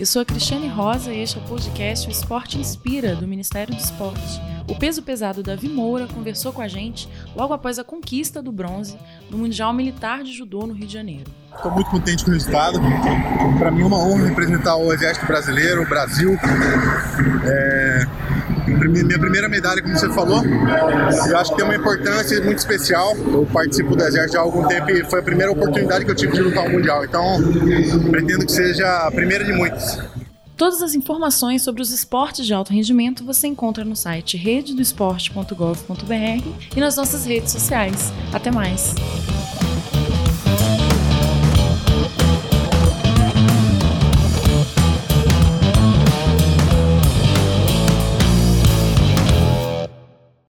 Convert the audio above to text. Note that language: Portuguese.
Eu sou a Cristiane Rosa e este é o podcast O Esporte Inspira, do Ministério do Esporte. O peso pesado Davi Moura conversou com a gente logo após a conquista do bronze no Mundial Militar de Judô no Rio de Janeiro. Estou muito contente com o resultado. Para mim é uma honra representar o Exército Brasileiro, o Brasil. Minha primeira medalha, como você falou, eu acho que tem uma importância muito especial. Eu participo do Exército há algum tempo e foi a primeira oportunidade que eu tive de lutar um Mundial. Então, pretendo que seja a primeira de muitas. Todas as informações sobre os esportes de alto rendimento você encontra no site rededoesporte.gov.br e nas nossas redes sociais. Até mais!